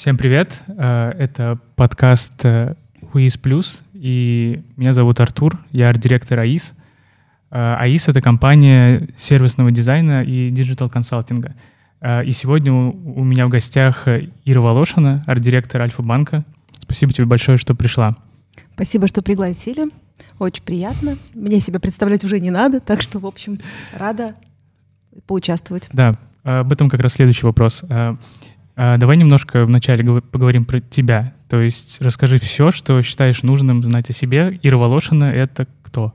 Всем привет! Это подкаст «АИС Плюс», и меня зовут Артур, я арт-директор АИС. АИС — это компания сервисного дизайна и диджитал-консалтинга. И сегодня у меня в гостях Ира Волошина, арт-директор Альфа-банка. Спасибо тебе большое, что пришла. Спасибо, что пригласили. Очень приятно. Мне себя представлять уже не надо, так что, в общем, рада поучаствовать. Да, об этом как раз следующий вопрос. Давай немножко вначале поговорим про тебя. То есть расскажи все, что считаешь нужным знать о себе. Ира Волошина — это кто?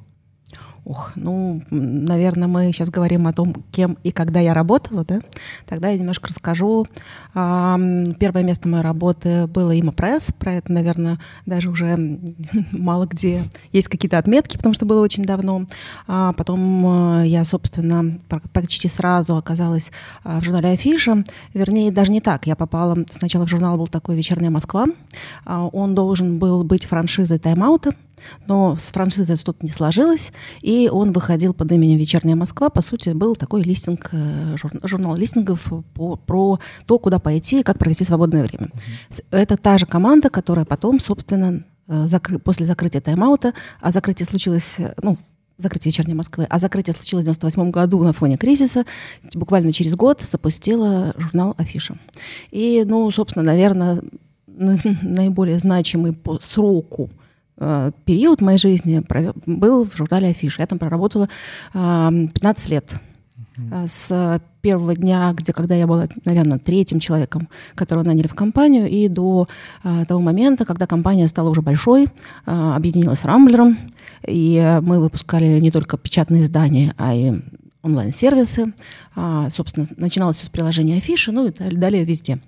Наверное, мы сейчас говорим о том, кем и когда я работала, да? Тогда я немножко расскажу. Первое место моей работы было Имапресс. Про это, наверное, даже уже мало где есть какие-то отметки, потому что было очень давно. Потом я, собственно, почти сразу оказалась в журнале «Афиша». Вернее, даже не так. Я попала сначала в журнал, был такой «Вечерняя Москва». Он должен был быть франшизой «Тайм-аута», но с франшизой что-то не сложилось, и он выходил под именем «Вечерняя Москва». По сути, был такой листинг, журнал листингов про то, куда пойти и как провести свободное время. Это та же команда, которая потом, собственно, после закрытия «Тайм-аута», а закрытие случилось, закрытие «Вечерней Москвы», а закрытие случилось в 1998 году на фоне кризиса, буквально через год запустила журнал «Афиша». И, собственно, наверное, наиболее значимый по сроку период моей жизни был в журнале «Афиша». Я там проработала 15 лет. С первого дня, когда я была, наверное, третьим человеком, которого наняли в компанию, и до того момента, когда компания стала уже большой, объединилась с «Рамблером», и мы выпускали не только печатные издания, а и онлайн-сервисы. Собственно, начиналось все с приложения «Афиша», и далее везде.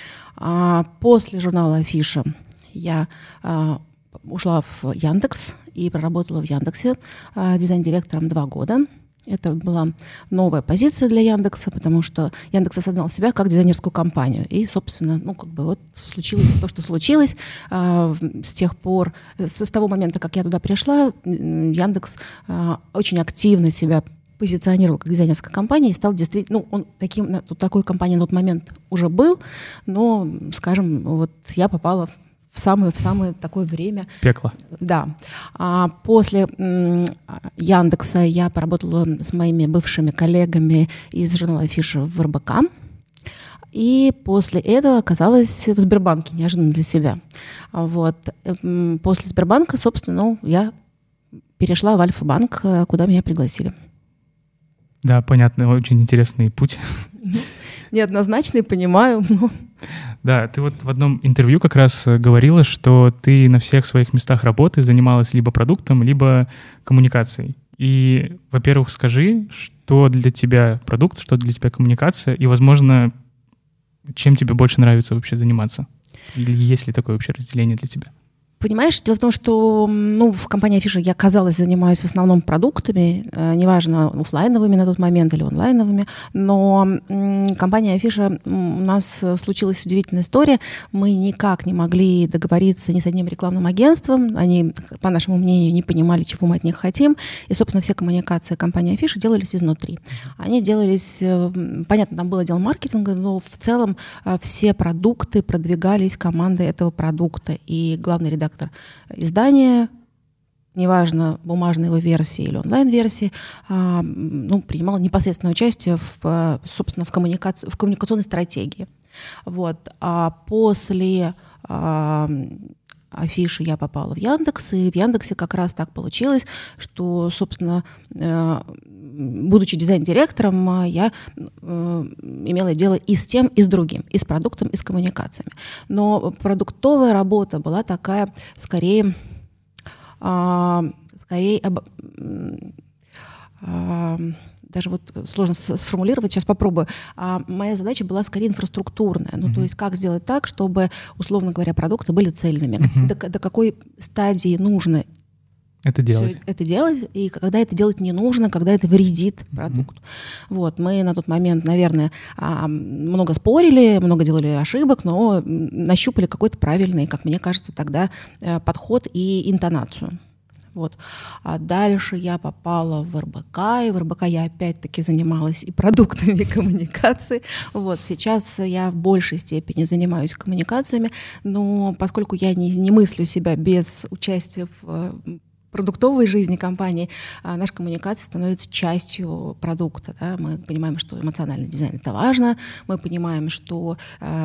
После журнала «Афиша» я ушла в Яндекс и проработала в Яндексе дизайн-директором 2 года. Это была новая позиция для Яндекса, потому что Яндекс осознал себя как дизайнерскую компанию. И, собственно, случилось то, что случилось. С тех пор, с того момента, как я туда пришла, Яндекс очень активно себя позиционировал как дизайнерская компания и стал действительно, такой компанией на тот момент уже был, но, скажем, я попала в самое такое время. Пекло. Да. После Яндекса я поработала с моими бывшими коллегами из журнала «Афиша» в РБК. И после этого оказалась в Сбербанке, неожиданно для себя. После Сбербанка, собственно, я перешла в Альфа-банк, куда меня пригласили. Да, понятно, очень интересный путь. Неоднозначный, понимаю. Да, ты в одном интервью как раз говорила, что ты на всех своих местах работы занималась либо продуктом, либо коммуникацией. И, во-первых, скажи, что для тебя продукт, что для тебя коммуникация, и, возможно, чем тебе больше нравится вообще заниматься? Или есть ли такое вообще разделение для тебя? Понимаешь, дело в том, что в компании «Афиша» я, казалось, занимаюсь в основном продуктами, неважно, офлайновыми на тот момент или онлайновыми, но компания «Афиша», у нас случилась удивительная история, мы никак не могли договориться ни с одним рекламным агентством, они, по нашему мнению, не понимали, чего мы от них хотим, и, собственно, все коммуникации компании «Афиша» делались изнутри. Они делались, понятно, там был отдел маркетинга, но в целом все продукты продвигались командой этого продукта, и главный редактор издания, неважно, бумажной его версии или онлайн-версии, принимал непосредственное участие в коммуникационной стратегии. А после «Афиши» я попала в Яндекс, и в Яндексе как раз так получилось, что, собственно, будучи дизайн-директором, я имела дело и с тем, и с другим, и с продуктом, и с коммуникациями. Но продуктовая работа была такая, скорее даже сложно сформулировать, сейчас попробую. Моя задача была скорее инфраструктурная. То есть как сделать так, чтобы, условно говоря, продукты были цельными. До какой стадии нужно это делать, и когда это делать не нужно, когда это вредит продукту. Мы на тот момент, наверное, много спорили, много делали ошибок, но нащупали какой-то правильный, как мне кажется, тогда подход и интонацию. Вот. А дальше я попала в РБК, и в РБК я опять-таки занималась и продуктами, и коммуникацией. Вот. Сейчас я в большей степени занимаюсь коммуникациями, но поскольку я не мыслю себя без участия в продуктовой жизни компании, наша коммуникация становится частью продукта. Да? Мы понимаем, что эмоциональный дизайн — это важно, мы понимаем, что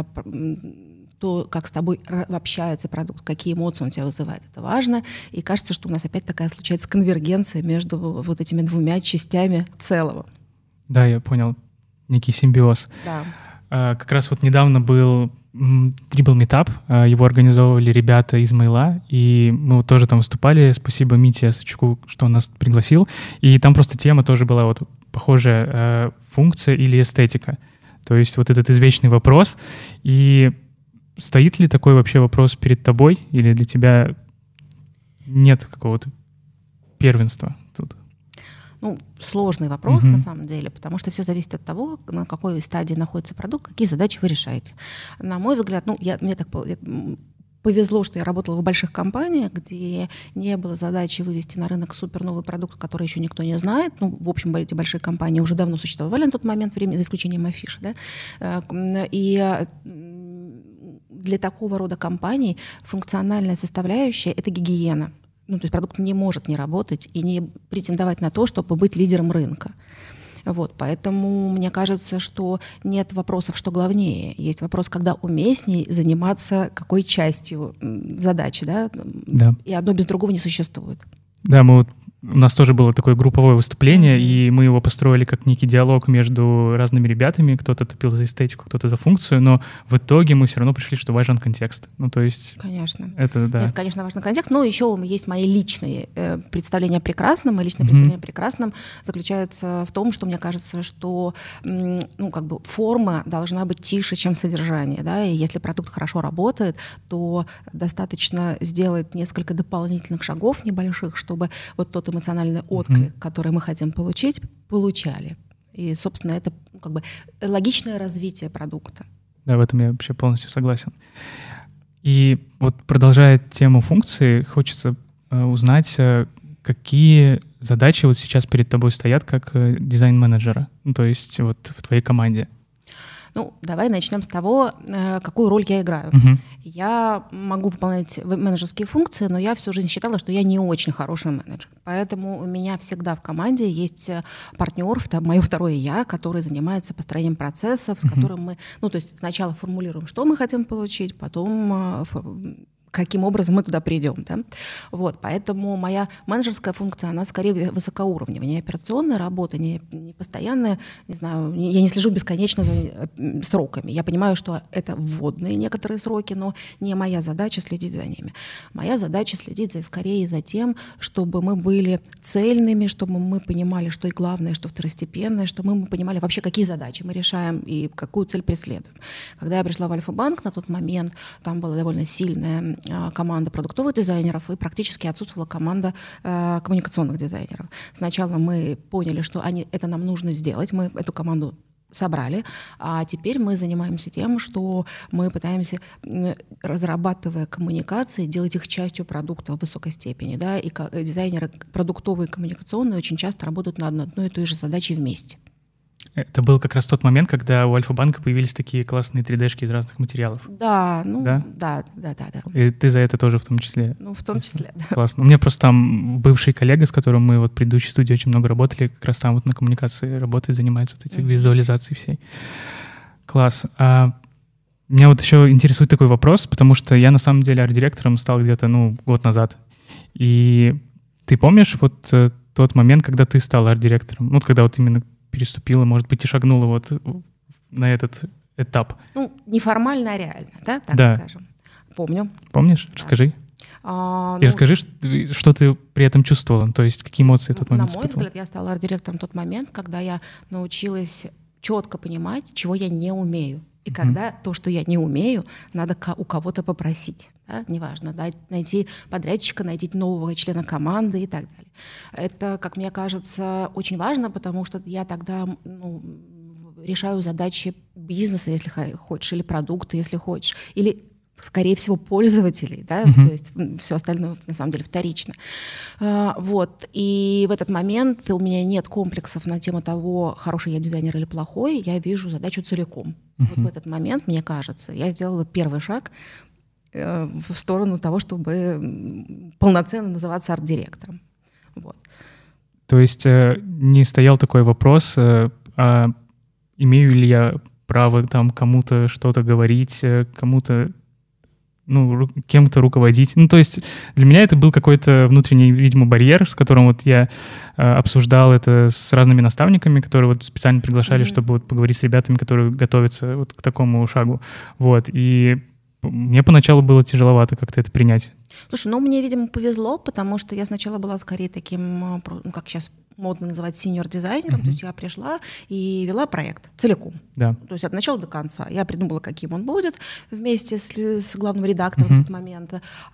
то, как с тобой общается продукт, какие эмоции он у тебя вызывает, это важно. И кажется, что у нас опять такая случается конвергенция между вот этими двумя частями целого. Да, я понял. Некий симбиоз. Да. Как раз вот недавно был Dribble Meetup, его организовывали ребята из Мейла, и мы вот тоже там выступали. Спасибо Мите Сачуку, что он нас пригласил. И там просто тема тоже была вот похожая: функция или эстетика. То есть вот этот извечный вопрос. И стоит ли такой вообще вопрос перед тобой, или для тебя нет какого-то первенства тут? Ну, сложный вопрос на самом деле, потому что все зависит от того, на какой стадии находится продукт, какие задачи вы решаете. На мой взгляд, мне так повезло, что я работала в больших компаниях, где не было задачи вывести на рынок супер новый продукт, который еще никто не знает. Ну, в общем, эти большие компании уже давно существовали на тот момент времени, за исключением Афиши, да? И для такого рода компаний функциональная составляющая — это гигиена. Ну, то есть продукт не может не работать и не претендовать на то, чтобы быть лидером рынка. Вот, поэтому мне кажется, что нет вопросов, что главнее. Есть вопрос, когда уместней заниматься какой частью задачи, да? Да. И одно без другого не существует. Да, у нас тоже было такое групповое выступление, и мы его построили как некий диалог между разными ребятами. Кто-то топил за эстетику, кто-то за функцию, но в итоге мы все равно пришли, что важен контекст. Ну, то есть... Конечно. Это, да. Нет, конечно, важен контекст, но еще есть мои личные представления о прекрасном. Мои личные представления о прекрасном заключаются в том, что мне кажется, что форма должна быть тише, чем содержание. Да? И если продукт хорошо работает, то достаточно сделать несколько дополнительных шагов небольших, чтобы вот тот эмоциональный отклик, который мы хотим получить, получали. И, собственно, это логичное развитие продукта. Да, в этом я вообще полностью согласен. И вот продолжая тему функции, хочется узнать, какие задачи вот сейчас перед тобой стоят как дизайн-менеджера, ну, то есть вот в твоей команде. Ну, давай начнем с того, какую роль я играю. Я могу выполнять менеджерские функции, но я всю жизнь считала, что я не очень хороший менеджер. Поэтому у меня всегда в команде есть партнер, мое второе я, который занимается построением процессов, с которым мы, то есть сначала формулируем, что мы хотим получить, потом каким образом мы туда придем. Да? Вот, поэтому моя менеджерская функция, она скорее высокоуровневая, не операционная работа, не постоянная, не знаю, я не слежу бесконечно за сроками. Я понимаю, что это вводные некоторые сроки, но не моя задача следить за ними. Моя задача следить скорее за тем, чтобы мы были цельными, чтобы мы понимали, что и главное, что второстепенное, чтобы мы понимали вообще, какие задачи мы решаем и какую цель преследуем. Когда я пришла в Альфа-банк, на тот момент там была довольно сильная команда продуктовых дизайнеров и практически отсутствовала команда коммуникационных дизайнеров. Сначала мы поняли, что это нам нужно сделать, мы эту команду собрали, а теперь мы занимаемся тем, что мы пытаемся, разрабатывая коммуникации, делать их частью продукта в высокой степени. Да? И дизайнеры продуктовые и коммуникационные очень часто работают над одной и той же задачей вместе. Это был как раз тот момент, когда у Альфа-банка появились такие классные 3D-шки из разных материалов. Да, да. И ты за это тоже в том числе? Ну, в том числе, да. Классно. У меня просто там бывший коллега, с которым мы вот в предыдущей студии очень много работали, как раз там вот на коммуникации работает, занимается вот этих визуализацией всей. Класс. Меня вот еще интересует такой вопрос, потому что я на самом деле арт-директором стал где-то, год назад. И ты помнишь вот тот момент, когда ты стал арт-директором? Ну, когда вот именно переступила, может быть, и шагнула вот на этот этап. Ну, неформально, а реально, да, так скажем. Помню. Помнишь? Расскажи. И расскажи, что ты при этом чувствовала, то есть какие эмоции в тот момент испытывала. На мой взгляд, я стала арт-директором в тот момент, когда я научилась четко понимать, чего я не умею. И когда то, что я не умею, надо у кого-то попросить. Да? Неважно, найти подрядчика, найти нового члена команды и так далее. Это, как мне кажется, очень важно, потому что я тогда решаю задачи бизнеса, если хочешь, или продукта, если хочешь, или скорее всего, пользователей, да, то есть все остальное на самом деле вторично. Вот. И в этот момент у меня нет комплексов на тему того, хороший я дизайнер или плохой, я вижу задачу целиком. Вот в этот момент, мне кажется, я сделала первый шаг в сторону того, чтобы полноценно называться арт-директором. Вот. То есть не стоял такой вопрос, а имею ли я право там кому-то что-то говорить, кому-то, ну, кем-то руководить. Ну, то есть для меня это был какой-то внутренний, видимо, барьер, с которым вот я обсуждал это с разными наставниками, которые вот специально приглашали, чтобы вот поговорить с ребятами, которые готовятся вот к такому шагу. Вот. И мне поначалу было тяжеловато как-то это принять. Слушай, ну мне, видимо, повезло, потому что я сначала была скорее таким, ну, как сейчас модно называть, сеньор-дизайнером. То есть я пришла и вела проект целиком. Да. То есть от начала до конца. Я придумала, каким он будет, вместе с главным редактором в тот момент.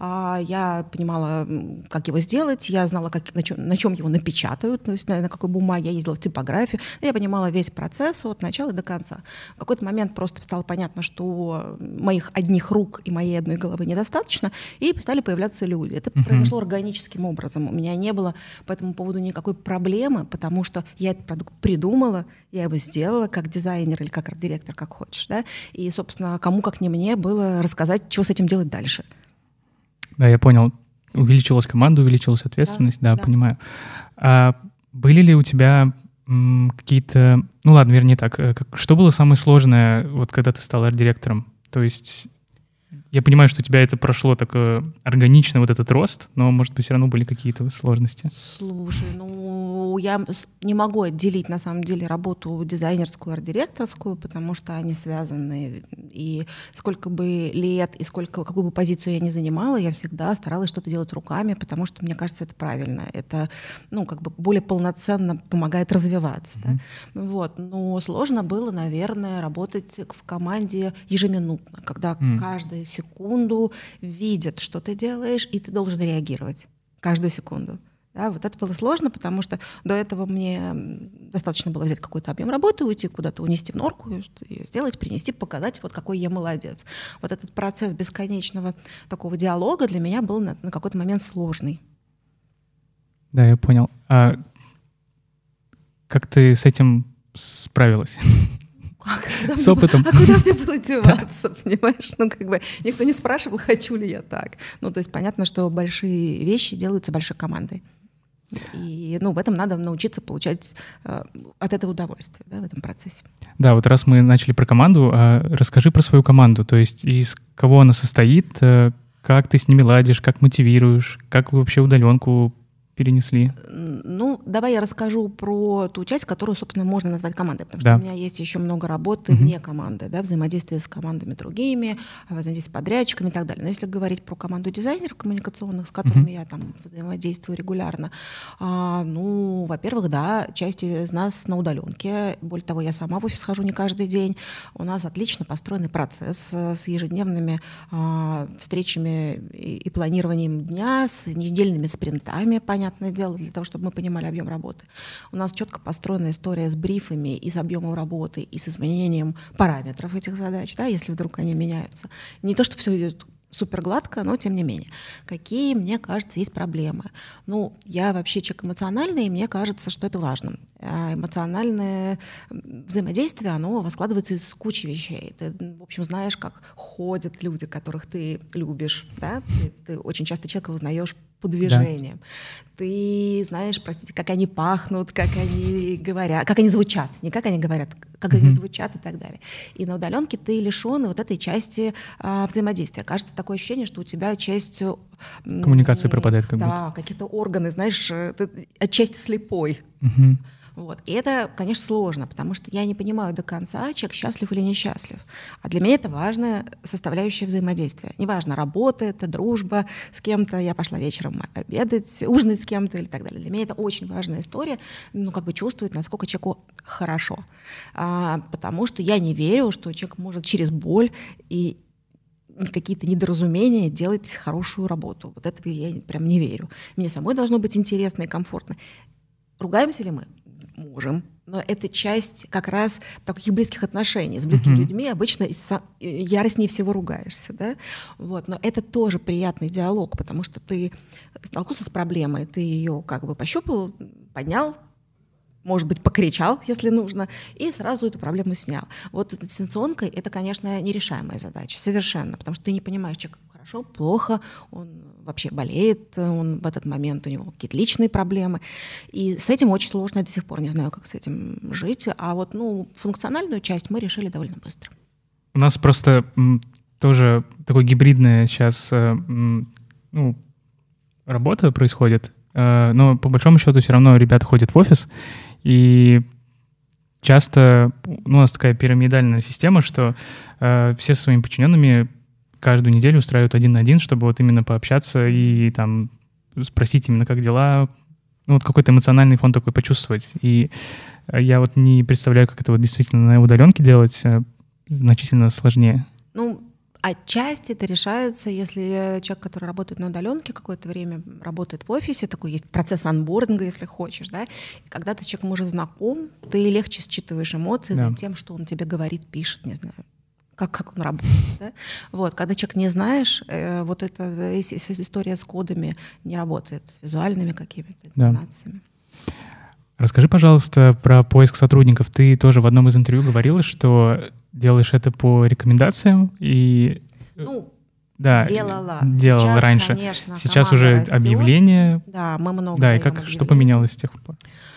Я понимала, как его сделать, я знала, на чем его напечатают, то есть на какой бумаге, я ездила в типографию. Я понимала весь процесс от начала до конца. В какой-то момент просто стало понятно, что моих одних рук и моей одной головы недостаточно, и стали появляться люди. Это произошло органическим образом. У меня не было по этому поводу никакой проблемы, потому что я этот продукт придумала, я его сделала как дизайнер или как арт-директор, как хочешь. Да? И, собственно, кому, как не мне, было рассказать, что с этим делать дальше. Да, я понял. Увеличилась команда, увеличилась ответственность, да, понимаю. А были ли у тебя какие-то... Ну ладно, вернее так. Что было самое сложное, вот когда ты стал арт-директором? То есть... Я понимаю, что у тебя это прошло так органично, вот этот рост, но, может быть, все равно были какие-то сложности. Слушай, ну, я не могу отделить, на самом деле, работу дизайнерскую и арт-директорскую, потому что они связаны. И сколько бы лет, и какую бы позицию я ни занимала, я всегда старалась что-то делать руками, потому что, мне кажется, это правильно. Это, ну, как бы более полноценно помогает развиваться. Да? Вот. Но сложно было, наверное, работать в команде ежеминутно, когда каждую секунду видят, что ты делаешь, и ты должен реагировать каждую секунду. Да, вот это было сложно, потому что до этого мне достаточно было взять какой-то объем работы, уйти куда-то, унести в норку, ее сделать, принести, показать, вот какой я молодец. Вот этот процесс бесконечного такого диалога для меня был на какой-то момент сложный. Да, я понял. А как ты с этим справилась? С опытом. А куда мне было деваться, понимаешь? Ну, как бы никто не спрашивал, хочу ли я так. Ну, то есть понятно, что большие вещи делаются большой командой. И, ну, в этом надо научиться получать от этого удовольствие, да, в этом процессе. Да, вот раз мы начали про команду, расскажи про свою команду. То есть из кого она состоит, как ты с ними ладишь, как мотивируешь, как вы вообще удаленку перенесли? Ну, давай я расскажу про ту часть, которую, собственно, можно назвать командой, потому что у меня есть еще много работы вне команды, да, взаимодействие с командами другими, взаимодействие с подрядчиками и так далее. Но если говорить про команду дизайнеров коммуникационных, с которыми я там взаимодействую регулярно, ну, во-первых, да, часть из нас на удаленке. Более того, я сама в офис хожу не каждый день. У нас отлично построенный процесс с ежедневными встречами и планированием дня, с недельными спринтами, понятное дело, для того, чтобы мы понимали объем работы. У нас четко построена история с брифами и с объемом работы, и с изменением параметров этих задач, да, если вдруг они меняются. Не то, что все идет супер гладко, но тем не менее. Какие, мне кажется, есть проблемы? Ну, я вообще человек эмоциональный, и мне кажется, что это важно. Эмоциональное взаимодействие, оно складывается из кучи вещей. Ты, в общем, знаешь, как ходят люди, которых ты любишь, да? Ты очень часто человека узнаешь по движениям. Да. Ты знаешь, простите, как они пахнут, как они говорят, как они звучат, не как они говорят, как они звучат и так далее. И на удаленке ты лишен вот этой части взаимодействия. Кажется, такое ощущение, что у тебя часть... Коммуникация пропадает как будто. Да, какие-то органы, знаешь, ты отчасти слепой. Вот. И это, конечно, сложно, потому что я не понимаю до конца, человек счастлив или несчастлив. А для меня это важная составляющая взаимодействия. Неважно, работа это, дружба с кем-то, я пошла вечером обедать, ужинать с кем-то или так далее. Для меня это очень важная история, ну, как бы чувствовать, насколько человеку хорошо. Потому что я не верю, что человек может через боль и какие-то недоразумения делать хорошую работу. Вот этого я прям не верю. Мне самой должно быть интересно и комфортно. Ругаемся ли мы? Можем. но это часть как раз таких близких отношений. С близкими людьми обычно яростнее всего ругаешься, да? Вот. Но это тоже приятный диалог, потому что ты столкнулся с проблемой, ты ее как бы пощупал, поднял, может быть, покричал, если нужно, и сразу эту проблему снял. Вот с дистанционкой это, конечно, нерешаемая задача, совершенно, потому что ты не понимаешь, человек хорошо, плохо, он вообще болеет, он в этот момент, у него какие-то личные проблемы, и с этим очень сложно, я до сих пор не знаю, как с этим жить, а вот функциональную часть мы решили довольно быстро. У нас просто тоже такое гибридное сейчас работа происходит, но по большому счету все равно ребята ходят в офис, и часто у нас такая пирамидальная система, что все со своими подчиненными каждую неделю устраивают 1 на 1, чтобы вот именно пообщаться и там спросить именно, как дела, вот какой-то эмоциональный фон такой почувствовать. И я вот не представляю, как это вот действительно на удаленке делать, значительно сложнее. Отчасти это решается, если человек, который работает на удаленке, какое-то время работает в офисе, такой есть процесс анбординга, если хочешь, да, и когда ты с человеком уже знаком, ты легче считываешь эмоции за тем, что он тебе говорит, пишет, не знаю, как он работает. Да? Вот. Когда человек не знаешь, вот эта история с кодами не работает, с визуальными какими-то информациями. Да. Расскажи, пожалуйста, про поиск сотрудников. Ты тоже в одном из интервью говорила, что делаешь это по рекомендациям и... Делала сейчас, раньше. Конечно, сейчас уже растет. Объявления. Да, мы много Да, и что поменялось с тех пор?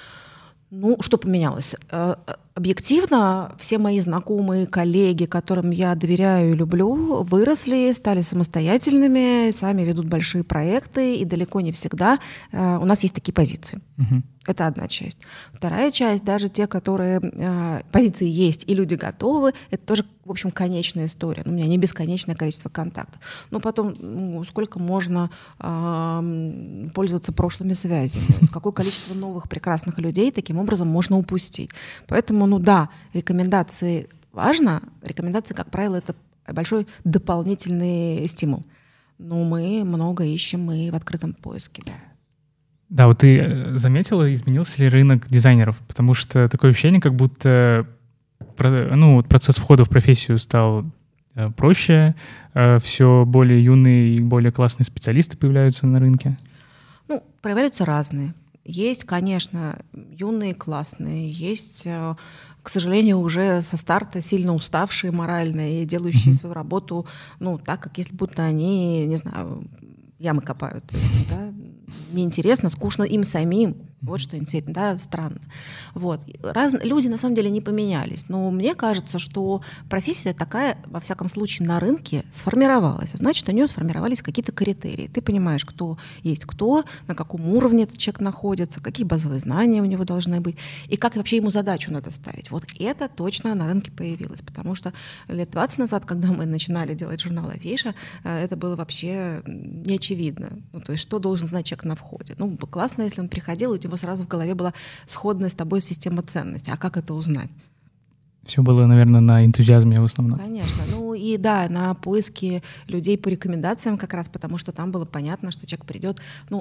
Что поменялось? Объективно, все мои знакомые, коллеги, которым я доверяю и люблю, выросли, стали самостоятельными, сами ведут большие проекты, и далеко не всегда у нас есть такие позиции. Это одна часть. Вторая часть, даже те, которые позиции есть и люди готовы, это тоже, в общем, конечная история. У меня не бесконечное количество контактов. Но потом, сколько можно пользоваться прошлыми связями? Какое количество новых прекрасных людей таким образом можно упустить? Поэтому, рекомендации важно. Рекомендации, как правило, это большой дополнительный стимул. Но мы много ищем, мы в открытом поиске, да. Да, вот ты заметила, изменился ли рынок дизайнеров? Потому что такое ощущение, как будто процесс входа в профессию стал проще, все более юные и более классные специалисты появляются на рынке. Появляются разные. Есть, конечно, юные, классные, есть, к сожалению, уже со старта сильно уставшие морально и делающие свою работу, так, как если будто они, не знаю, ямы копают, да, неинтересно, скучно им самим. Вот что интересно, да, странно. Вот. Люди на самом деле не поменялись. Но мне кажется, что профессия такая, во всяком случае, на рынке сформировалась. Значит, у нее сформировались какие-то критерии. Ты понимаешь, кто есть кто, на каком уровне этот человек находится, какие базовые знания у него должны быть, и как вообще ему задачу надо ставить. Вот это точно на рынке появилось. Потому что лет 20 назад, когда мы начинали делать журнал Афиша, это было вообще неочевидно. То есть что должен знать человек на входе? Классно, если он приходил, у него сразу в голове была сходная с тобой система ценностей. А как это узнать? Все было, наверное, на энтузиазме в основном. Конечно. И да, на поиске людей по рекомендациям как раз, потому что там было понятно, что человек придет,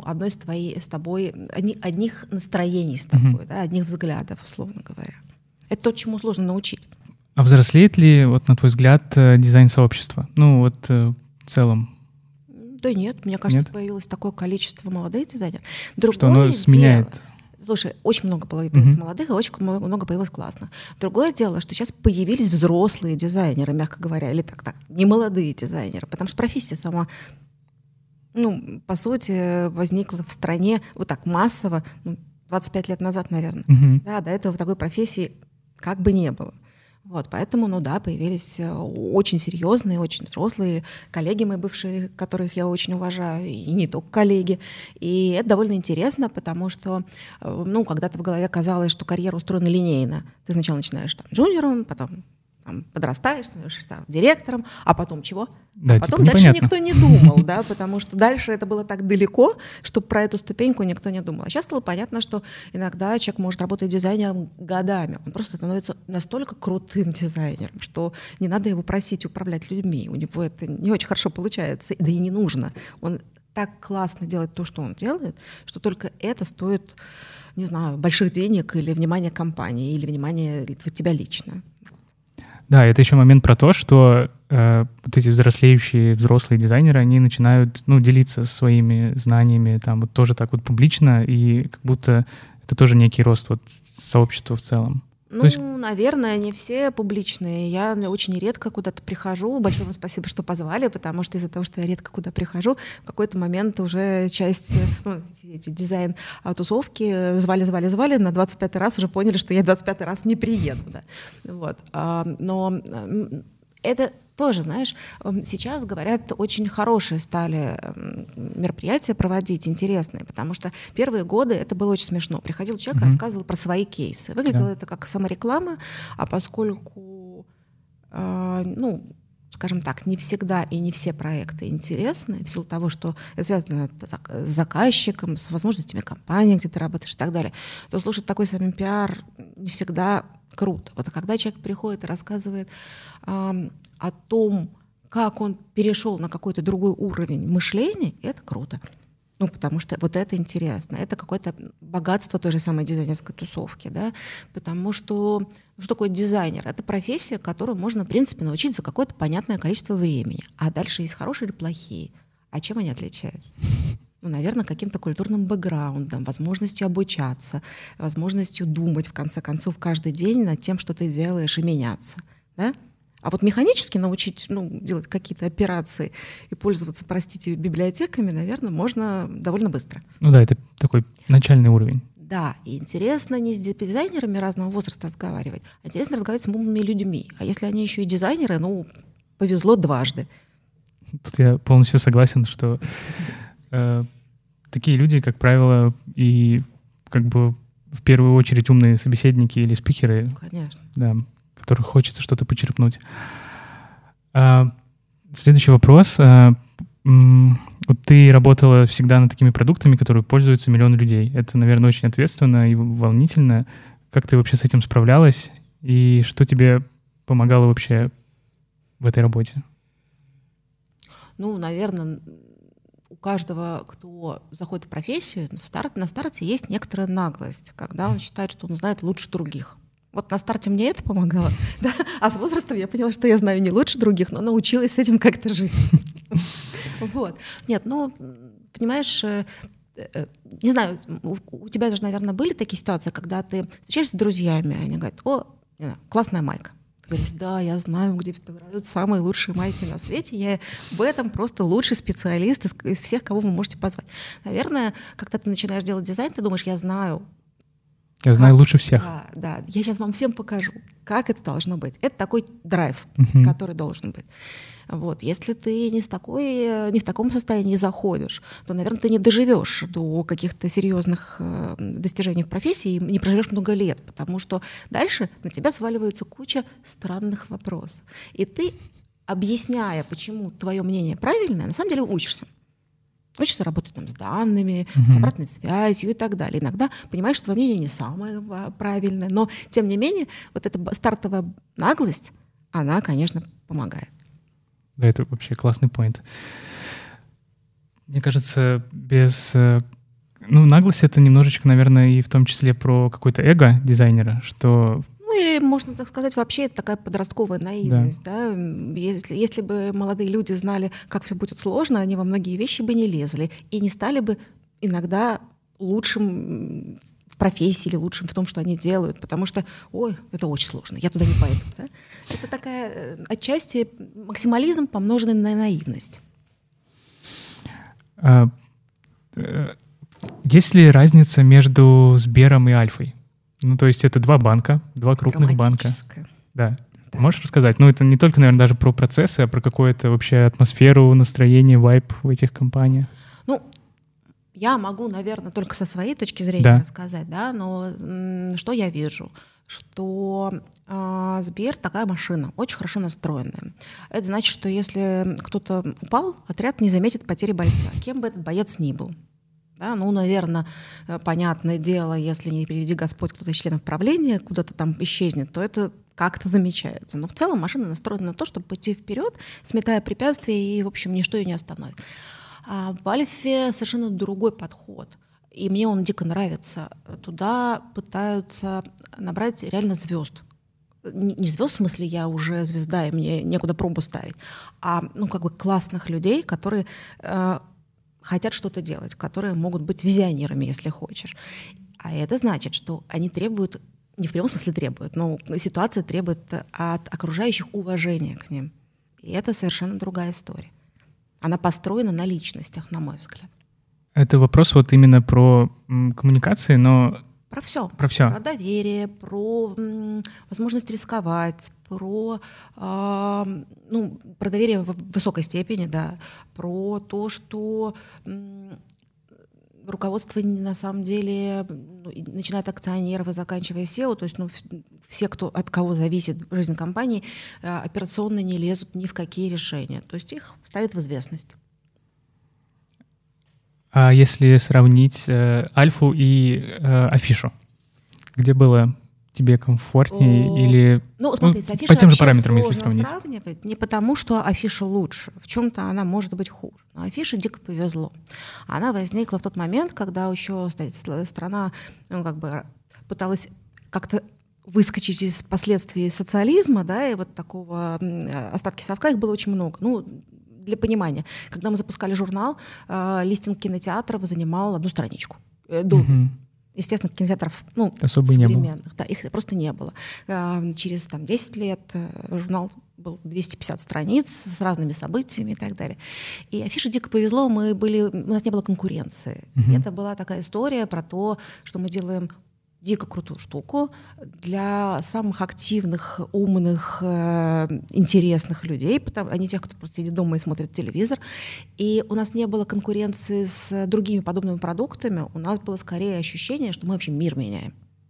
одних настроений с тобой, да, одних взглядов, условно говоря. Это то, чему сложно научить. А взрослеет ли, на твой взгляд, дизайн-сообщество? В целом? Да нет, мне кажется, появилось такое количество молодых дизайнеров. Что оно сменяет? Слушай, очень много появилось молодых, и очень много появилось классных. Другое дело, что сейчас появились взрослые дизайнеры, мягко говоря, или так, не молодые дизайнеры, потому что профессия сама, по сути, возникла в стране вот так массово, 25 лет назад, наверное. Да, до этого такой профессии как бы не было. Вот, поэтому, появились очень серьезные, очень взрослые коллеги мои бывшие, которых я очень уважаю, и не только коллеги. И это довольно интересно, потому что, когда-то в голове казалось, что карьера устроена линейно. Ты сначала начинаешь джуниором, потом подрастаешь, становишься директором, а потом чего? Да, потом дальше никто не думал, да, потому что дальше это было так далеко, что про эту ступеньку никто не думал. А сейчас стало понятно, что иногда человек может работать дизайнером годами. Он просто становится настолько крутым дизайнером, что не надо его просить управлять людьми. У него это не очень хорошо получается, да и не нужно. Он так классно делает то, что он делает, что только это стоит не знаю, больших денег или внимания компании, или внимания тебя лично. Да, это еще момент про то, что вот эти взрослеющие взрослые дизайнеры, они начинают, ну, делиться своими знаниями там вот тоже так вот публично, и как будто это тоже некий рост вот сообщества в целом. Ну, наверное, не все публичные. Я очень редко куда-то прихожу. Большое вам спасибо, что позвали, потому что из-за того, что я редко куда прихожу, в какой-то момент уже часть, эти дизайн-тусовки звали, на 25-й раз уже поняли, что я 25-й раз не приеду. Да. Вот. Но это тоже, знаешь, сейчас, говорят, очень хорошие стали мероприятия проводить, интересные, потому что первые годы это было очень смешно. Приходил человек, рассказывал про свои кейсы. Выглядело это как самореклама, а поскольку, скажем так, не всегда и не все проекты интересны, в силу того, что это связано с заказчиком, с возможностями компании, где ты работаешь и так далее, то слушать такой самый пиар не всегда круто. Вот когда человек приходит и рассказывает о том, как он перешел на какой-то другой уровень мышления, это круто. Ну, потому что вот это интересно. Это какое-то богатство той же самой дизайнерской тусовки, да? Потому что что такое дизайнер? Это профессия, которую можно, в принципе, научить за какое-то понятное количество времени. А дальше есть хорошие или плохие. А чем они отличаются? Ну, наверное, каким-то культурным бэкграундом, возможностью обучаться, возможностью думать, в конце концов, каждый день над тем, что ты делаешь, и меняться, да? А вот механически научить, делать какие-то операции и пользоваться, простите, библиотеками, наверное, можно довольно быстро. Ну да, это такой начальный уровень. Да, и интересно не с дизайнерами разного возраста разговаривать, а интересно разговаривать с умными людьми. А если они еще и дизайнеры, повезло дважды. Тут я полностью согласен, что такие люди, как правило, и как бы в первую очередь умные собеседники или спикеры. Конечно. Да, которых хочется что-то почерпнуть. Следующий вопрос. Вот ты работала всегда над такими продуктами, которые пользуются миллионы людей. Это, наверное, очень ответственно и волнительно. Как ты вообще с этим справлялась? И что тебе помогало вообще в этой работе? Наверное, у каждого, кто заходит в профессию, на старте есть некоторая наглость, когда он считает, что он знает лучше других. Вот на старте мне это помогало, да? А с возрастом я поняла, что я знаю не лучше других, но научилась с этим как-то жить. Вот. Нет, понимаешь, не знаю, у тебя даже, наверное, были такие ситуации, когда ты встречаешься с друзьями, они говорят: классная майка. Ты говоришь: да, я знаю, где продают самые лучшие майки на свете, я в этом просто лучший специалист из всех, кого вы можете позвать. Наверное, когда ты начинаешь делать дизайн, ты думаешь: я знаю лучше всех. Да, я сейчас вам всем покажу, как это должно быть. Это такой драйв, который должен быть. Вот. Если ты не в таком состоянии заходишь, то, наверное, ты не доживешь до каких-то серьезных достижений в профессии и не проживешь много лет, потому что дальше на тебя сваливается куча странных вопросов. И ты, объясняя, почему твое мнение правильное, на самом деле учишься. Учишься работать с данными, с обратной связью и так далее. Иногда понимаешь, что твое мнение не самое правильное, но, тем не менее, вот эта стартовая наглость, она, конечно, помогает. Да, это вообще классный поинт. Мне кажется, без... наглость — это немножечко, наверное, и в том числе про какое-то эго дизайнера, что... И можно так сказать, вообще это такая подростковая наивность. Да. Если бы молодые люди знали, как все будет сложно, они во многие вещи бы не лезли и не стали бы иногда лучшим в профессии или лучшим в том, что они делают, потому что, это очень сложно, я туда не пойду. Да. Это такая отчасти максимализм, помноженный на наивность. Есть ли разница между Сбером и Альфой? То есть это два крупных банка. Да. Можешь рассказать? Это не только, наверное, даже про процессы, а про какую-то вообще атмосферу, настроение, вайб в этих компаниях. Я могу, наверное, только со своей точки зрения рассказать, да, но что я вижу? Что Сбер такая машина, очень хорошо настроенная. Это значит, что если кто-то упал, отряд не заметит потери бойца, кем бы этот боец ни был. Да, наверное, понятное дело, если не приведи Господь кто-то из членов правления куда-то там исчезнет, то это как-то замечается. Но в целом машина настроена на то, чтобы пойти вперед, сметая препятствия, и, в общем, ничто ее не остановит. А в Альфе совершенно другой подход. и мне он дико нравится. Туда пытаются набрать реально звезд. Не звезд, в смысле, я уже звезда, и мне некуда пробу ставить, а классных людей, которые хотят что-то делать, которые могут быть визионерами, если хочешь. А это значит, что они требуют, не в прямом смысле требуют, но ситуация требует от окружающих уважения к ним. И это совершенно другая история. Она построена на личностях, на мой взгляд. Это вопрос вот именно про коммуникации, но... Про все. Про все. Про доверие, про возможность рисковать, про доверие в высокой степени, да, про то, что руководство на самом деле, начиная от акционеров и заканчивая SEO, то есть все, от кого зависит жизнь компании, операционно не лезут ни в какие решения. То есть их ставят в известность. А если сравнить Альфу и Афишу, где было тебе комфортнее или смотри, с Афишей по тем же параметрам, если сравнить? Сравнивать не потому, что Афиша лучше. В чем-то она может быть хуже. Но Афише дико повезло. Она возникла в тот момент, когда еще страна пыталась как-то выскочить из последствий социализма, да, и вот такого остатки совка, их было очень много. Для понимания, когда мы запускали журнал, листинг кинотеатров занимал одну страничку. Естественно, кинотеатров особо современных, не было. Да, их просто не было. Через 10 лет журнал был 250 страниц с разными событиями и так далее. И Афише дико повезло, у нас не было конкуренции. Это была такая история про то, что мы делаем дико крутую штуку для самых активных, умных, интересных людей, а не тех, кто просто сидит дома и смотрит телевизор. И у нас не было конкуренции с другими подобными продуктами, у нас было скорее ощущение, что мы вообще мир меняем.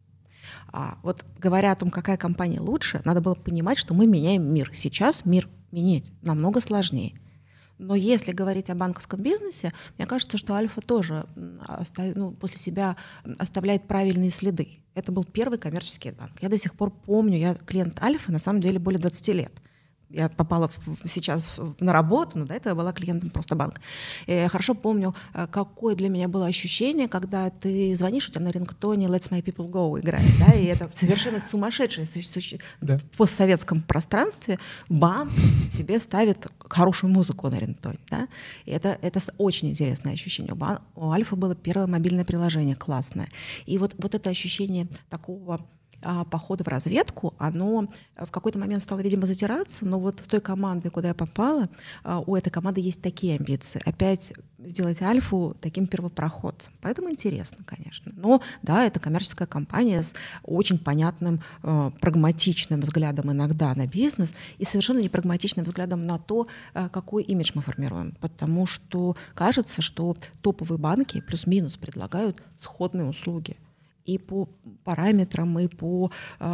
А вот говоря о том, какая компания лучше, надо было понимать, что мы меняем мир. Сейчас мир менять намного сложнее. Но если говорить о банковском бизнесе, мне кажется, что Альфа тоже после себя оставляет правильные следы. Это был первый коммерческий банк. Я до сих пор помню, я клиент Альфы на самом деле более 20 лет. Я попала сейчас на работу, но до этого я была клиентом просто банка. Я хорошо помню, какое для меня было ощущение, когда ты звонишь, у тебя на рингтоне «Let's my people go» играет, да, и это совершенно сумасшедшее. В постсоветском пространстве банк себе ставит хорошую музыку на рингтоне, да, и это очень интересное ощущение. У Альфа было первое мобильное приложение, классное. И вот это ощущение такого похода в разведку, оно в какой-то момент стало, видимо, затираться, но вот в той команде, куда я попала, у этой команды есть такие амбиции. Опять сделать Альфу таким первопроходцем. Поэтому интересно, конечно. Но да, это коммерческая компания с очень понятным, прагматичным взглядом иногда на бизнес и совершенно непрагматичным взглядом на то, какой имидж мы формируем. Потому что кажется, что топовые банки плюс-минус предлагают сходные услуги. И по параметрам, и по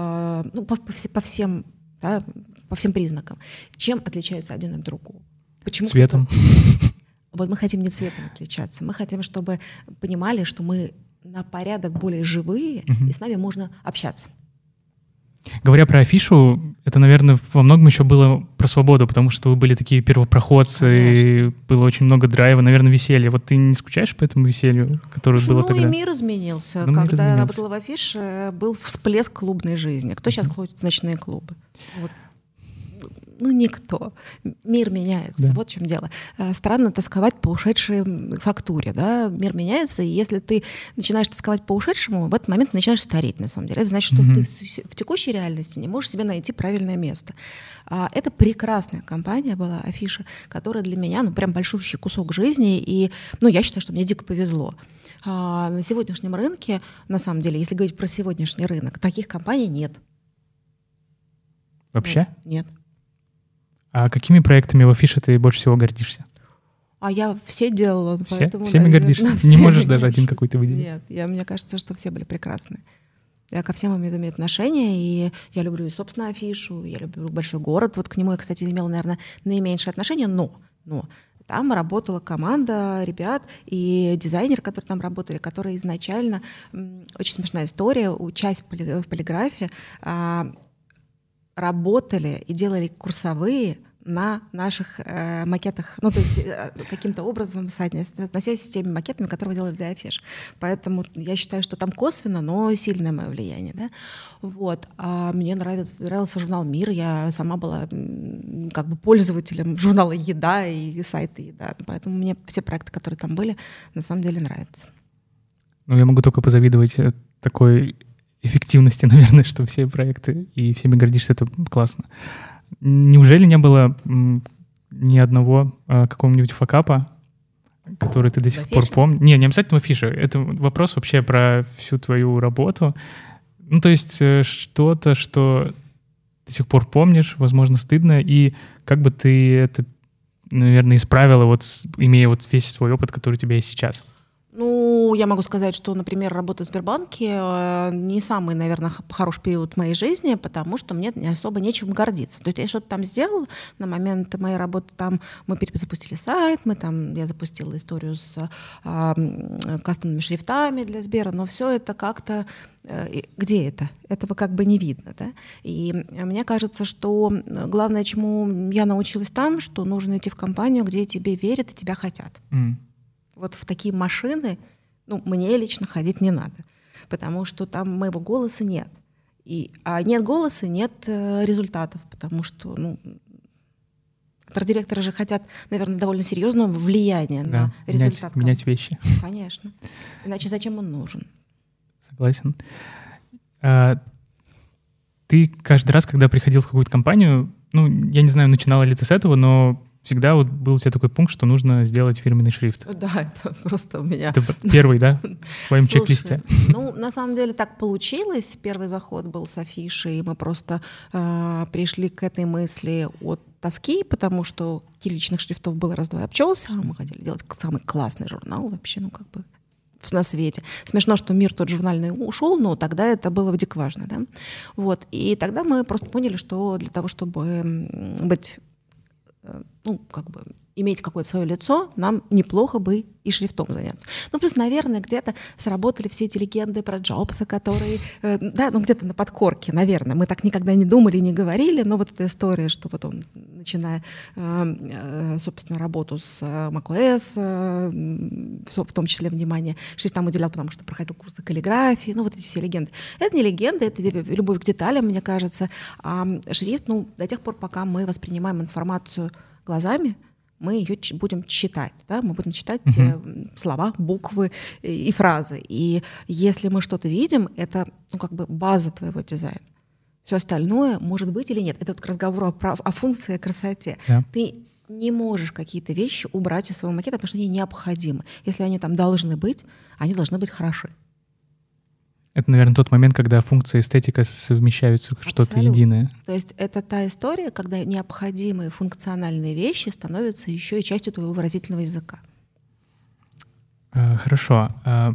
всем признакам. Чем отличается один от другого? Почему цветом. Вот мы хотим не цветом отличаться. Мы хотим, чтобы понимали, что мы на порядок более живые, и с нами можно общаться. Говоря про Афишу, это, наверное, во многом еще было про свободу, потому что вы были такие первопроходцы, и было очень много драйва, наверное, веселья. Вот ты не скучаешь по этому веселью, которое было тогда? И мир изменился. Когда я работала в Афише, был всплеск клубной жизни. Кто сейчас ходит в ночные клубы? Вот. Никто. Мир меняется. Да. Вот в чем дело. Странно тосковать по ушедшей фактуре. Да? Мир меняется, и если ты начинаешь тосковать по ушедшему, в этот момент ты начинаешь стареть, на самом деле. Это значит, что ты в текущей реальности не можешь себе найти правильное место. Это прекрасная компания была, Афиша, которая для меня, прям большущий кусок жизни, и, я считаю, что мне дико повезло. На сегодняшнем рынке, на самом деле, если говорить про сегодняшний рынок, таких компаний нет. Вообще? Нет. А какими проектами в Афише ты больше всего гордишься? Я все делала. Поэтому, всеми гордишься? Не можешь даже один какой-то выделить? Нет, мне кажется, что все были прекрасные. Я ко всем имею отношение, и я люблю и, собственно, Афишу, я люблю большой город. Вот к нему я, кстати, имела, наверное, наименьшее отношение, но там работала команда ребят и дизайнеры, которые там работали, которые изначально, очень смешная история, учась в полиграфе, работали и делали курсовые на наших макетах, ну, то есть каким-то образом соотносясь с теми макетами, которые делали для афиш. Поэтому я считаю, что там косвенно, но сильное мое влияние. Да? Вот. А мне нравился журнал «Мир». Я сама была как бы пользователем журнала «Еда» и сайта «Еда». Поэтому мне все проекты, которые там были, на самом деле нравятся. Ну, я могу только позавидовать такой эффективности, наверное, что все проекты и всеми гордишься, это классно. Неужели не было ни одного какого-нибудь факапа, который ты до сих пор помнишь? Не обязательно в афише. Это вопрос вообще про всю твою работу. Ну, то есть что-то, что до сих пор помнишь, возможно, стыдно, и как бы ты это, наверное, исправила, вот имея вот весь свой опыт, который у тебя есть сейчас? Ну, я могу сказать, что, например, работа в Сбербанке не самый, наверное, хороший период в моей жизни, потому что мне особо нечем гордиться. То есть я что-то там сделала, на момент моей работы там мы перезапустили сайт, я запустила историю с кастомными шрифтами для Сбера, но все это как-то где это? Этого как бы не видно. Да? И мне кажется, что главное, чему я научилась там, что нужно идти в компанию, где тебе верят и тебя хотят. Вот в такие машины, мне лично ходить не надо, потому что там моего голоса нет. А нет голоса, нет результатов, потому что арт-директоры же хотят, наверное, довольно серьезного влияния на результат. Менять вещи. Конечно. Иначе зачем он нужен? Согласен. Ты каждый раз, когда приходил в какую-то компанию, я не знаю, начинала ли ты с этого, но всегда вот был у тебя такой пункт, что нужно сделать фирменный шрифт. Да, это просто у меня... Это первый, да, в твоем чек-листе? На самом деле так получилось. Первый заход был с афишей, и мы просто пришли к этой мысли от тоски, потому что кирилличных шрифтов было раз-два и обчелся, а мы хотели делать самый классный журнал вообще, на свете. Смешно, что «Мир» тот журнальный ушел, но тогда это было дико важно. Да? Вот. И тогда мы просто поняли, что для того, чтобы быть иметь какое-то свое лицо, нам неплохо бы и шрифтом заняться. Плюс, наверное, где-то сработали все эти легенды про Джобса, которые, где-то на подкорке, наверное. Мы так никогда не думали, не говорили, но вот эта история, что вот он, начиная, собственно, работу с macOS, в том числе, внимание, шрифтам уделял, потому что проходил курсы каллиграфии, вот эти все легенды. Это не легенды, это любовь к деталям, мне кажется. А шрифт, до тех пор, пока мы воспринимаем информацию глазами, мы ее будем читать, да? Мы будем читать слова, буквы и фразы. И если мы что-то видим, это база твоего дизайна. Все остальное может быть или нет. Это к разговору о функции, о красоте. Да. Ты не можешь какие-то вещи убрать из своего макета, потому что они необходимы. Если они там должны быть, они должны быть хороши. Это, наверное, тот момент, когда функция и эстетика совмещаются в что-то единое. То есть это та история, когда необходимые функциональные вещи становятся еще и частью твоего выразительного языка. Хорошо.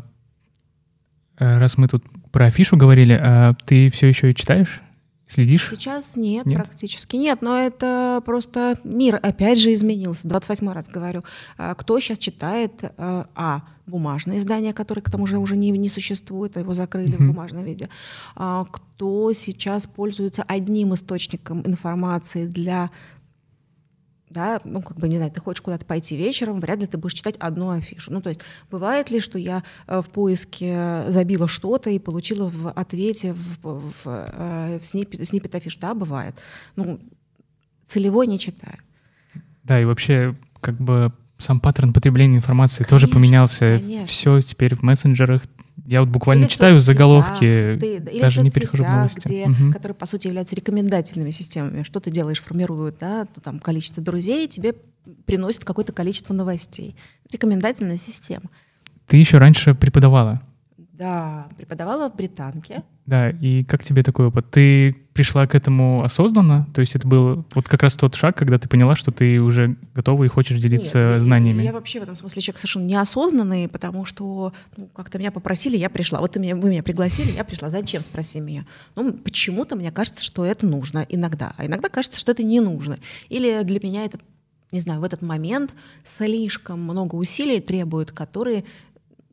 Раз мы тут про афишу говорили, ты все еще и читаешь? Следишь? Сейчас нет, практически нет, но это просто мир опять же изменился. 28-й раз говорю. Кто сейчас читает бумажное издание, которое к тому же уже не существует, его закрыли в бумажном виде. Кто сейчас пользуется одним источником информации для... Да, не знаю, ты хочешь куда-то пойти вечером, вряд ли ты будешь читать одну афишу. То есть бывает ли, что я в поиске забила что-то и получила в ответе в сниппет афиш? Да, бывает. Целевой не читаю. Да, и вообще сам паттерн потребления информации тоже поменялся. Конечно. Все теперь в мессенджерах. Я буквально читаю заголовки, даже не перехожу в новости. Которые, по сути, являются рекомендательными системами. Что ты делаешь, формируют, количество друзей, тебе приносит какое-то количество новостей. Рекомендательная система. Ты еще раньше преподавала. Да, преподавала в Британке. Да, и как тебе такой опыт? Ты пришла к этому осознанно? То есть это был вот как раз тот шаг, когда ты поняла, что ты уже готова и хочешь делиться знаниями? Я вообще в этом смысле человек совершенно неосознанный, потому что как-то меня попросили, я пришла. Вот вы меня пригласили, я пришла. Зачем, спроси меня? Почему-то мне кажется, что это нужно иногда, а иногда кажется, что это не нужно. Или для меня это, не знаю, в этот момент слишком много усилий требует, которые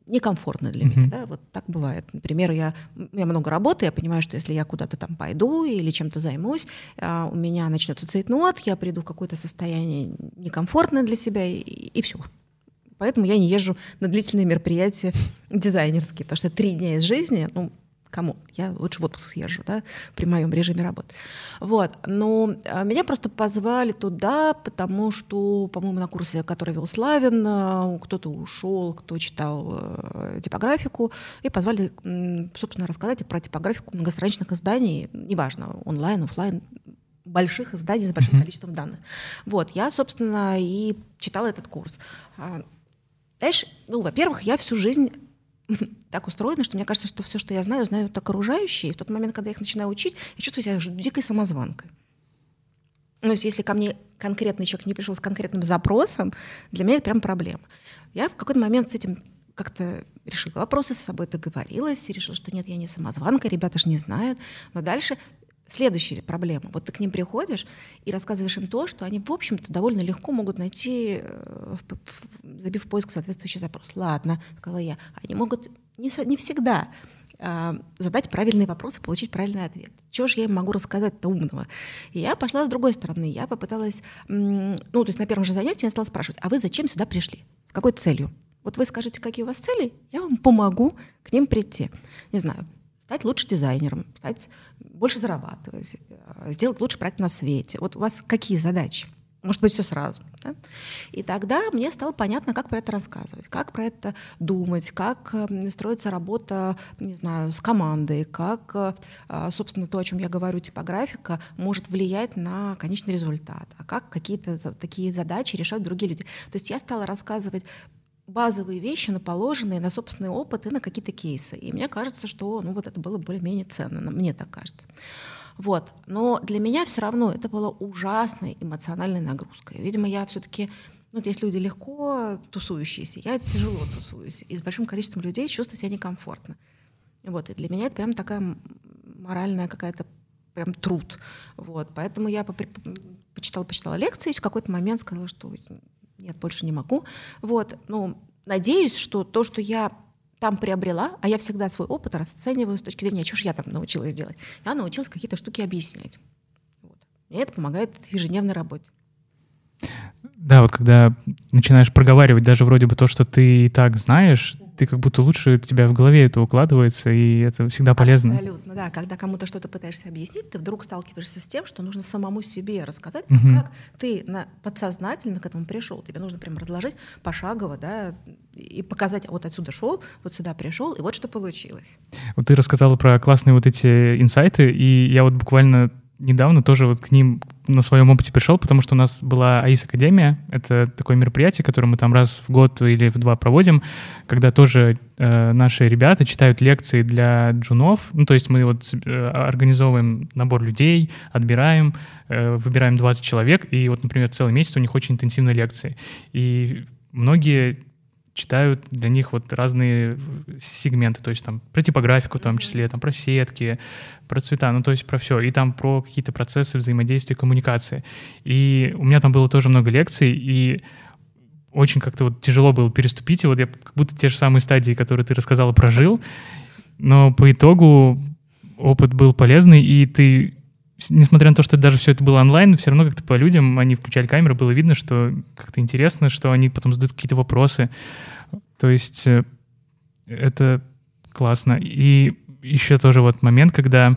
некомфортно для меня, да, вот так бывает. Например, у меня много работы, я понимаю, что если я куда-то там пойду или чем-то займусь, у меня начнется цейтнот, я приду в какое-то состояние некомфортное для себя, и все. Поэтому я не езжу на длительные мероприятия дизайнерские, потому что 3 дня из жизни, кому? Я лучше в отпуск съезжу, да, при моем режиме работы. Вот. Но меня просто позвали туда, потому что, по-моему, на курсе, который вел Славин, кто-то ушел, кто читал типографику, и позвали, собственно, рассказать про типографику многостраничных изданий, неважно, онлайн, офлайн, больших изданий с большим количеством данных. Вот. Я, собственно, и читала этот курс. Знаешь, во-первых, я всю жизнь так устроено, что мне кажется, что все, что я знаю, знают так окружающие. И в тот момент, когда я их начинаю учить, я чувствую себя дикой самозванкой. То есть если ко мне конкретный человек не пришел с конкретным запросом, для меня это прям проблема. Я в какой-то момент с этим как-то решила вопросы с собой, договорилась, и решила, что нет, я не самозванка, ребята же не знают. Но дальше следующая проблема. Вот ты к ним приходишь и рассказываешь им то, что они, в общем-то, довольно легко могут найти, забив в поиск соответствующий запрос. Ладно, сказала я. Они могут не всегда задать правильный вопрос и получить правильный ответ. Чего же я им могу рассказать-то умного? И я пошла с другой стороны. Я попыталась... то есть на первом же занятии я стала спрашивать, а вы зачем сюда пришли? С какой целью? Вот вы скажите, какие у вас цели, я вам помогу к ним прийти. Не знаю, стать лучше дизайнером, стать больше зарабатывать, сделать лучший проект на свете. Вот у вас какие задачи? Может быть, все сразу. Да? И тогда мне стало понятно, как про это рассказывать, как про это думать, как строится работа, не знаю, с командой, как, собственно, то, о чем я говорю, типографика, может влиять на конечный результат, а как какие-то такие задачи решают другие люди. То есть я стала рассказывать базовые вещи, наположенные на собственный опыт и на какие-то кейсы. И мне кажется, что вот это было более-менее ценно, мне так кажется. Вот. Но для меня все равно это была ужасной эмоциональной нагрузкой. Видимо, я все-таки, есть люди легко тусующиеся, я тяжело тусуюсь, и с большим количеством людей чувствую себя некомфортно. Вот. И для меня это прям такая моральная какая-то прям труд. Вот. Поэтому я почитала лекции, и в какой-то момент сказала, что нет, больше не могу. Вот. Надеюсь, что то, что я там приобрела, а я всегда свой опыт расцениваю с точки зрения, что же я там научилась делать. Я научилась какие-то штуки объяснять. Вот. Мне это помогает в ежедневной работе. Да, вот когда начинаешь проговаривать даже вроде бы то, что ты и так знаешь, ты как будто лучше, у тебя в голове это укладывается, и это всегда полезно. Абсолютно, да. Когда кому-то что-то пытаешься объяснить, ты вдруг сталкиваешься с тем, что нужно самому себе рассказать, как ты подсознательно к этому пришел. Тебе нужно прям разложить пошагово, да, и показать, вот отсюда шел, вот сюда пришел, и вот что получилось. Вот ты рассказала про классные вот эти инсайты, и я вот буквально недавно тоже вот к ним на своем опыте пришел, потому что у нас была АИС Академия. Это такое мероприятие, которое мы там раз в год или в 2 проводим, когда тоже наши ребята читают лекции для джунов. То есть мы вот организовываем набор людей, отбираем, выбираем 20 человек, и вот, например, целый месяц у них очень интенсивные лекции. И многие читают для них вот разные сегменты, то есть там про типографику в том числе, там про сетки, про цвета, то есть про все, и там про какие-то процессы взаимодействия, коммуникации. И у меня там было тоже много лекций, и очень как-то вот тяжело было переступить, и вот я как будто те же самые стадии, которые ты рассказала, прожил, но по итогу опыт был полезный, и ты, несмотря на то, что даже все это было онлайн, все равно как-то по людям, они включали камеры, было видно, что как-то интересно, что они потом задают какие-то вопросы. То есть это классно. И еще тоже вот момент, когда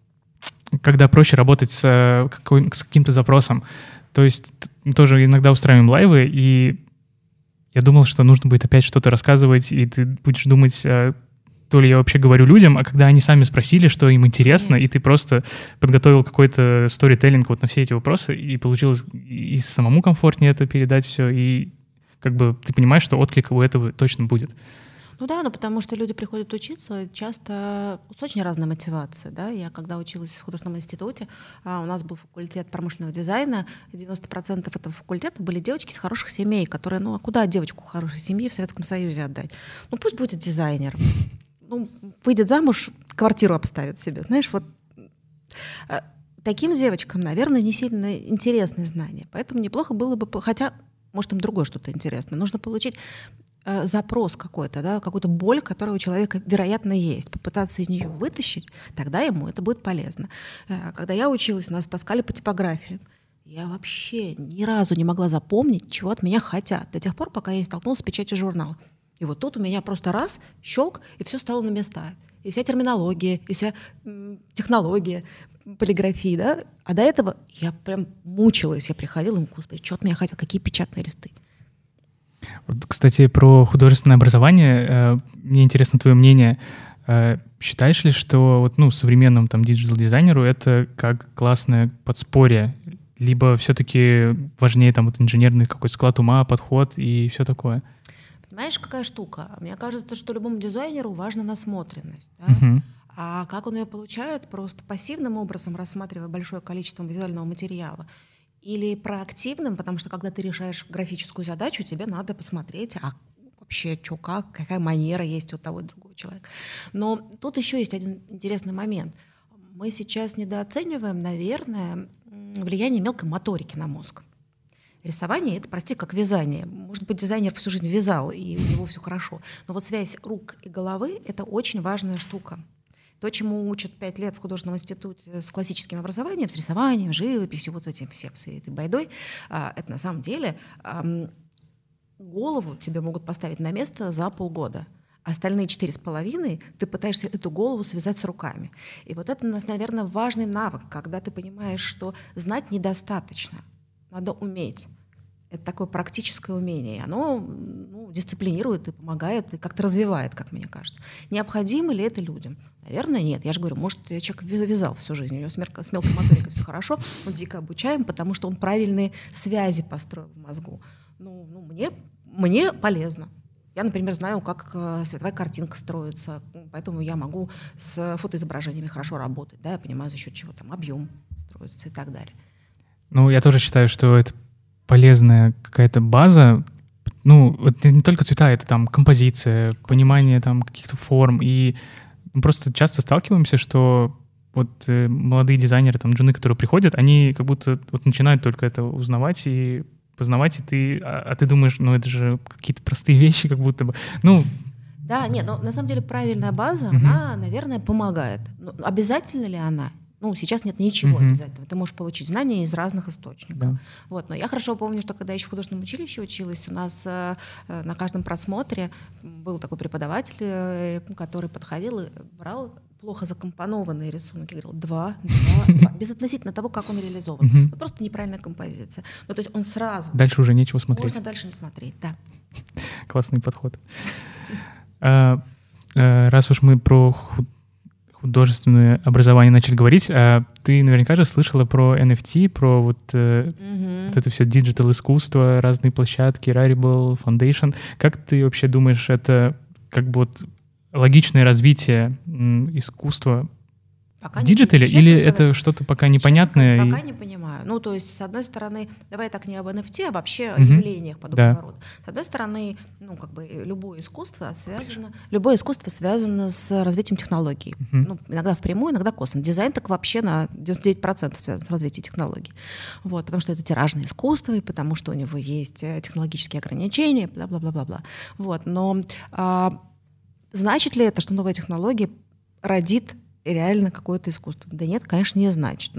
проще работать с каким-то запросом. То есть тоже иногда устраиваем лайвы, и я думал, что нужно будет опять что-то рассказывать, и ты будешь думать, то ли я вообще говорю людям, а когда они сами спросили, что им интересно, и ты просто подготовил какой-то сторителлинг вот на все эти вопросы, и получилось и самому комфортнее это передать все, и как бы ты понимаешь, что отклик у этого точно будет. Потому что люди приходят учиться часто с очень разной мотивацией. Да? Я когда училась в художественном институте, у нас был факультет промышленного дизайна, 90% этого факультета были девочки из хороших семей, которые, а куда девочку хорошей семьи в Советском Союзе отдать? Пусть будет дизайнером. Выйдет замуж, квартиру обставит себе. Знаешь, вот таким девочкам, наверное, не сильно интересны знания. Поэтому неплохо было бы, хотя, может, им другое что-то интересно. Нужно получить запрос какой-то, да, какую-то боль, которая у человека, вероятно, есть, попытаться из нее вытащить, тогда ему это будет полезно. Когда я училась, нас таскали по типографии. Я вообще ни разу не могла запомнить, чего от меня хотят, до тех пор, пока я не столкнулась с печатью журнала. И вот тут у меня просто раз, щелк, и все стало на места. И вся терминология, и вся технология полиграфии, да. А до этого я прям мучилась, я приходила и, господи, что от меня хотят, какие печатные листы. Вот, кстати, про художественное образование, мне интересно твое мнение. Считаешь ли, что вот, современному диджитал-дизайнеру это как классное подспорье, либо все-таки важнее вот инженерный какой-то склад ума, подход и все такое? Понимаешь, какая штука? Мне кажется, что любому дизайнеру важна насмотренность. Да? А как он ее получает? Просто пассивным образом, рассматривая большое количество визуального материала, или проактивным, потому что когда ты решаешь графическую задачу, тебе надо посмотреть, а вообще что, как, какая манера есть у того и другого человека. Но тут еще есть один интересный момент. Мы сейчас недооцениваем, наверное, влияние мелкой моторики на мозг. Рисование — это, прости, как вязание. Может быть, дизайнер всю жизнь вязал, и у него все хорошо. Но вот связь рук и головы — это очень важная штука. То, чему учат 5 лет в художественном институте с классическим образованием, с рисованием, живописью, вот этим всей этой байдой, это на самом деле голову тебе могут поставить на место за полгода. Остальные 4,5 ты пытаешься эту голову связать с руками. И вот это, наверное, важный навык, когда ты понимаешь, что знать недостаточно, надо уметь. Это такое практическое умение, и оно дисциплинирует и помогает, и как-то развивает, как мне кажется. Необходимо ли это людям? Наверное, нет. Я же говорю, может, человек вязал всю жизнь, у него с мелкой моторикой все хорошо, он дико обучаем, потому что он правильные связи построил в мозгу. Мне полезно. Я, например, знаю, как световая картинка строится, поэтому я могу с фотоизображениями хорошо работать. Да? Я понимаю, за счет чего там объем строится и так далее. Я тоже считаю, что это полезная какая-то база. Это не только цвета, это композиция, понимание каких-то форм. И мы просто часто сталкиваемся, что молодые дизайнеры, джуны, которые приходят, они как будто начинают только это узнавать и познавать, и ты думаешь, это же какие-то простые вещи, как будто бы. Да, нет, но на самом деле правильная база, она, наверное, помогает. Но обязательно ли она? Сейчас нет ничего обязательного. Ты можешь получить знания из разных источников. Да. Но я хорошо помню, что когда я еще в художественном училище училась, у нас на каждом просмотре был такой преподаватель, который подходил и брал плохо закомпонованный рисунок и говорил: два, безотносительно того, как он реализован. Просто неправильная композиция. То есть он сразу... Дальше уже нечего смотреть. Можно дальше не смотреть, да. Классный подход. Раз уж мы про художественное образование начали говорить, ты наверняка же слышала про NFT, про вот это все диджитал-искусство, разные площадки, Rarible, Foundation. Как ты вообще думаешь, это как бы логичное развитие искусства в диджитале, или это что-то пока непонятное? Пока не понимаю. То есть, с одной стороны, давай так не об NFT, а вообще о явлениях подобного рода. С одной стороны, любое искусство связано с развитием технологий. Иногда впрямую, иногда косвенно. Дизайн так вообще на 99% связан с развитием технологий. Потому что это тиражное искусство, и потому что у него есть технологические ограничения, бла-бла-бла-бла-бла. Но значит ли это, что новая технология родит реально какое-то искусство? Да нет, конечно, не значит.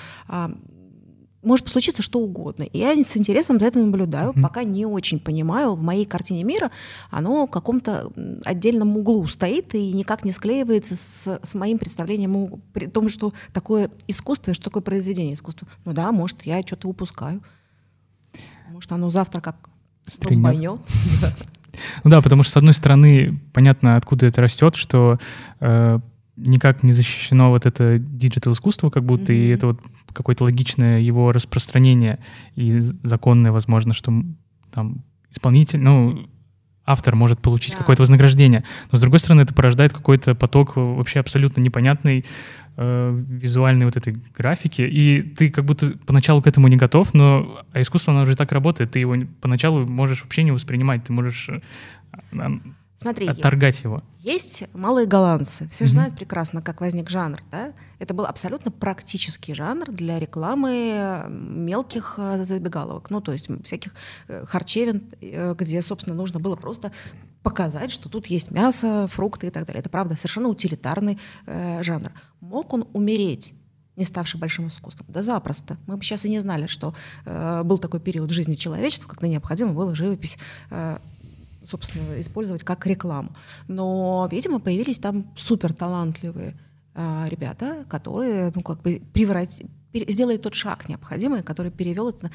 Может случиться что угодно. И я с интересом за это наблюдаю, пока не очень понимаю. В моей картине мира оно в каком-то отдельном углу стоит и никак не склеивается с моим представлением о том, что такое искусство и что такое произведение искусства. Да, может, я что-то упускаю. Может, оно завтра как бомбанет. Да, потому что, с одной стороны, понятно, откуда это растет, что никак не защищено это диджитал-искусство, как будто, и это какое-то логичное его распространение, и законное, возможно, что исполнитель, автор может получить какое-то вознаграждение. Но, с другой стороны, это порождает какой-то поток вообще абсолютно непонятной визуальной этой графики, и ты как будто поначалу к этому не готов, а искусство, оно уже так работает, ты его поначалу можешь вообще не воспринимать, ты можешь... Смотри, отторгать его. Есть малые голландцы. Все знают прекрасно, как возник жанр. Да? Это был абсолютно практический жанр для рекламы мелких забегаловок. Ну, то есть всяких харчевин, где, собственно, нужно было просто показать, что тут есть мясо, фрукты и так далее. Это, правда, совершенно утилитарный жанр. Мог он умереть, не ставший большим искусством? Да запросто. Мы бы сейчас и не знали, что был такой период в жизни человечества, когда необходимо было живопись собственно, использовать как рекламу. Но, видимо, появились там суперталантливые ребята, которые, ну, как бы сделали тот шаг необходимый, который перевел это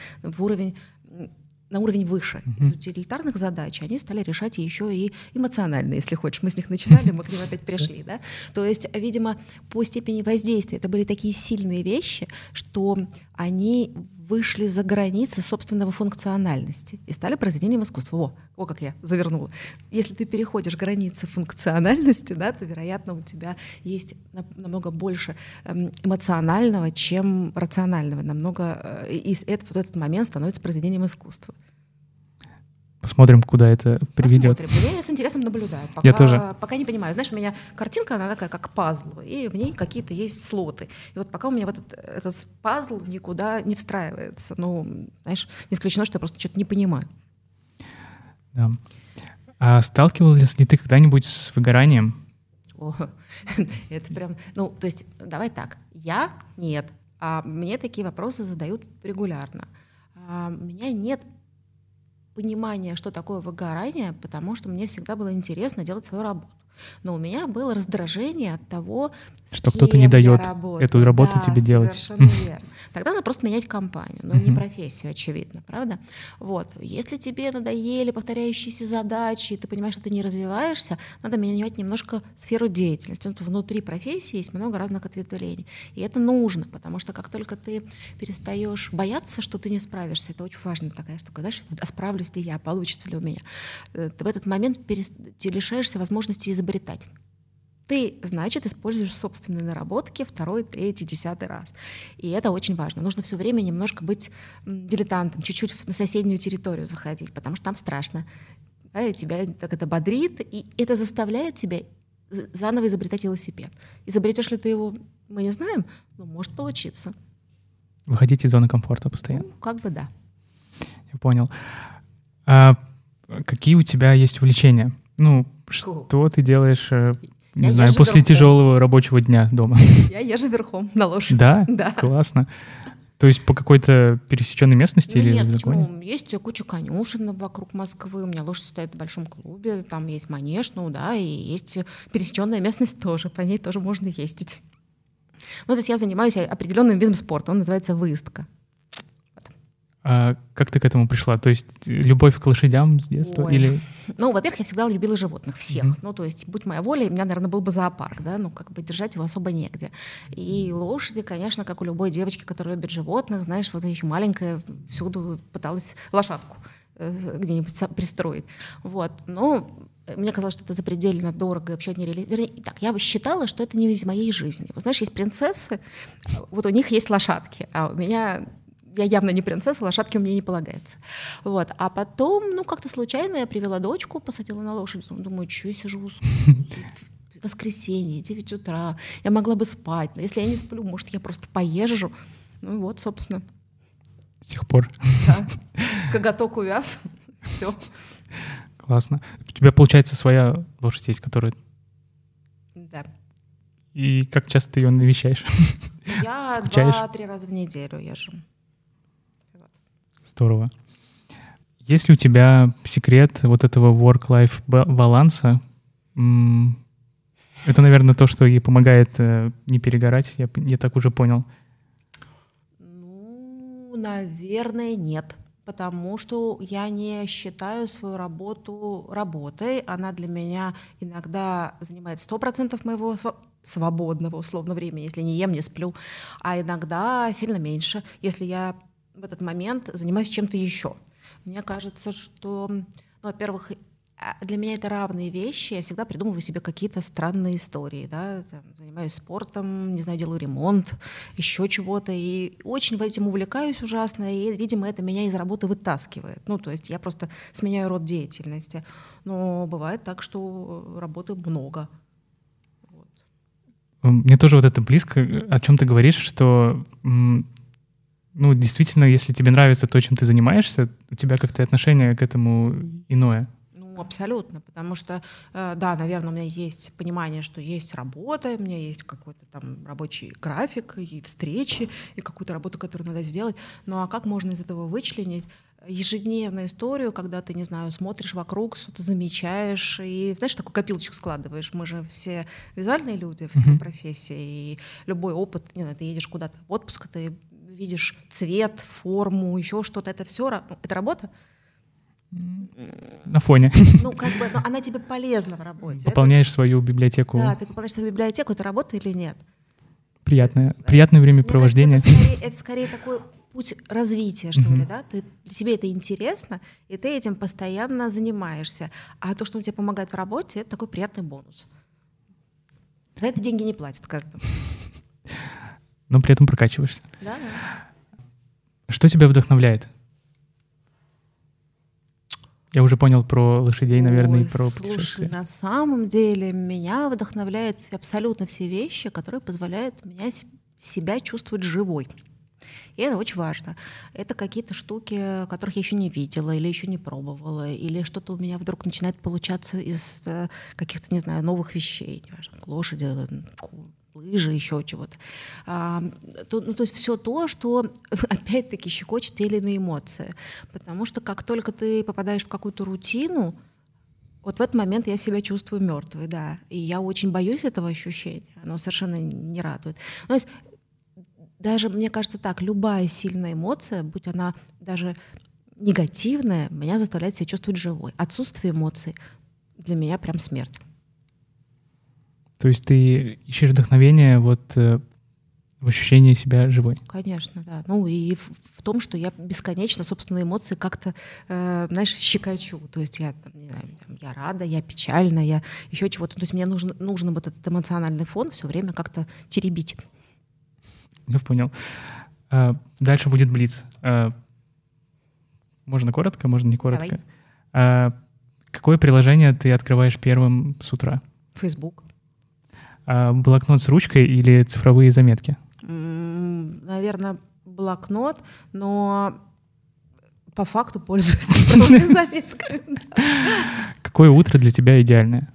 на уровень выше. Из утилитарных задач они стали решать еще и эмоционально, если хочешь. Мы с них начинали, мы к ним опять пришли. Да? То есть, видимо, по степени воздействия это были такие сильные вещи, что они вышли за границы собственного функциональности и стали произведением искусства. Во как я завернула. Если ты переходишь границы функциональности, да, то, вероятно, у тебя есть намного больше эмоционального, чем рационального. И вот этот момент становится произведением искусства. Посмотрим, куда это приведет. Посмотрим. Я с интересом наблюдаю. Я тоже. Пока не понимаю. Знаешь, у меня картинка, она такая, как пазл, и в ней какие-то есть слоты. И вот пока у меня этот пазл никуда не встраивается. Ну, знаешь, не исключено, что я просто что-то не понимаю. Да. А сталкивалась ли ты когда-нибудь с выгоранием? Это прям... Ну, то есть, давай так. Я — нет. А мне такие вопросы задают регулярно. У меня нет понимание, что такое выгорание, потому что мне всегда было интересно делать свою работу. Но у меня было раздражение от того, что кто-то не дает эту работу да, тебе делать. Совершенно верно. Тогда надо просто менять компанию, но не профессию, очевидно, правда? Вот. Если тебе надоели повторяющиеся задачи, и ты понимаешь, что ты не развиваешься, надо менять немножко сферу деятельности. Внутри профессии есть много разных ответвлений. И это нужно, потому что как только ты перестаешь бояться, что ты не справишься, это очень важная такая штука. Знаешь, а справлюсь ли я, получится ли у меня. Ты в этот момент ты лишаешься возможности изобретать. Ты, значит, используешь собственные наработки второй, третий, 10-й раз. И это очень важно. Нужно все время немножко быть дилетантом, чуть-чуть на соседнюю территорию заходить, потому что там страшно. Да, и тебя так это бодрит, и это заставляет тебя заново изобретать велосипед. Изобретешь ли ты его, мы не знаем, но может получиться. Выходить из зоны комфорта постоянно. Ну, как бы да. Я понял. А какие у тебя есть увлечения? Ну, что ты делаешь... Не знаю, после тяжелого рабочего дня дома. Я езжу верхом на лошади. Да? Да. Классно. То есть по какой-то пересеченной местности или нет, в законе? Почему? Есть куча конюшен вокруг Москвы. У меня лошадь стоит в большом клубе. Там есть манеж, ну да, и есть пересеченная местность тоже. По ней тоже можно ездить. Ну, то есть я занимаюсь определенным видом спорта. Он называется выездка. А как ты к этому пришла? То есть любовь к лошадям с детства? Или... Ну, во-первых, я всегда любила животных, всех. Ну, то есть, будь моя воля, у меня, наверное, был бы зоопарк, да, ну, как бы держать его особо негде. И лошади, конечно, как у любой девочки, которая любит животных, знаешь, вот еще маленькая, всюду пыталась лошадку где-нибудь пристроить. Вот. Но мне казалось, что это запредельно дорого и вообще не реализуемо. Вернее, так, я считала, что это не из моей жизни. Вот, знаешь, есть принцессы, вот у них есть лошадки, а у меня... Я явно не принцесса, лошадки у меня не полагается. Вот. А потом, ну, как-то случайно я привела дочку, посадила на лошадь. Думаю, что я сижу в воскресенье, 9 утра. Я могла бы спать. Но если я не сплю, может, я просто поезжу. Ну вот, собственно. С тех пор. Да. Коготок увяз. Все. Классно. У тебя, получается, своя лошадь есть, которая... Да. И как часто ты ее навещаешь? Я 2-3 раза в неделю езжу. Здорово. Есть ли у тебя секрет вот этого work-life баланса? Это, наверное, то, что ей помогает не перегорать, я так уже понял. Ну, наверное, нет. Потому что я не считаю свою работу работой. Она для меня иногда занимает 100% моего свободного, условно, времени, если не ем, не сплю, а иногда сильно меньше, если я в этот момент занимаюсь чем-то еще. Мне кажется, что, ну, во-первых, Для меня это равные вещи. Я всегда придумываю себе какие-то странные истории. Да? Там, занимаюсь спортом, не знаю, делаю ремонт, еще чего-то. И очень этим увлекаюсь ужасно. И, видимо, это меня из работы вытаскивает. Ну, то есть я просто сменяю род деятельности. Но бывает так, что работы много. Вот. Мне тоже вот это близко, о чем ты говоришь, что ну, действительно, если тебе нравится то, чем ты занимаешься, у тебя как-то отношение к этому иное. Абсолютно, потому что, да, наверное, у меня есть понимание, что есть работа, у меня есть какой-то там рабочий график, и встречи, и какую-то работу, которую надо сделать. Ну а как можно из этого вычленить ежедневную историю, когда ты, не знаю, смотришь вокруг, что-то замечаешь, и, знаешь, такую копилочку складываешь. Мы же все визуальные люди в своей профессии, и любой опыт, не знаю, ты едешь куда-то в отпуск, ты видишь цвет, форму, еще что-то, это все, это работа. На фоне. Ну, как бы, но она тебе полезна в работе. Пополняешь свою библиотеку. Да, ты пополняешь свою библиотеку, это работа или нет? Приятное времяпровождение. Это скорее такой путь развития, что ли, да? Тебе это интересно, и ты этим постоянно занимаешься. А то, что он тебе помогает в работе, это такой приятный бонус. За это деньги не платят, как бы. Но при этом прокачиваешься. Да. Что тебя вдохновляет? Я уже понял про лошадей, наверное, и про путешествия. Слушай, на самом деле меня вдохновляют абсолютно все вещи, которые позволяют себя чувствовать живой. И это очень важно. Это какие-то штуки, которых я еще не видела или еще не пробовала, или что-то у меня вдруг начинает получаться из каких-то, не знаю, новых вещей. Лошади, лыжи, еще чего-то. То есть все то, что опять-таки щекочет те или иные эмоции. Потому что как только ты попадаешь в какую-то рутину, вот в этот момент я себя чувствую мертвой, да. И я очень боюсь этого ощущения. Оно совершенно не радует. То есть даже, мне кажется так, любая сильная эмоция, будь она даже негативная, меня заставляет себя чувствовать живой. Отсутствие эмоций для меня прям смерть. То есть ты ищешь вдохновение вот в ощущении себя живой? Конечно, да. Ну и в том, что я бесконечно собственные эмоции как-то, знаешь, щекочу. То есть я, не знаю, я рада, я печальна, я еще чего-то. То есть мне нужно вот этот эмоциональный фон все время как-то теребить. Я понял. Дальше будет блиц. Можно коротко, можно не коротко. Какое приложение ты открываешь первым с утра? Facebook. Блокнот с ручкой или цифровые заметки? Наверное, блокнот, но по факту пользуюсь цифровыми заметками. Какое утро для тебя идеальное?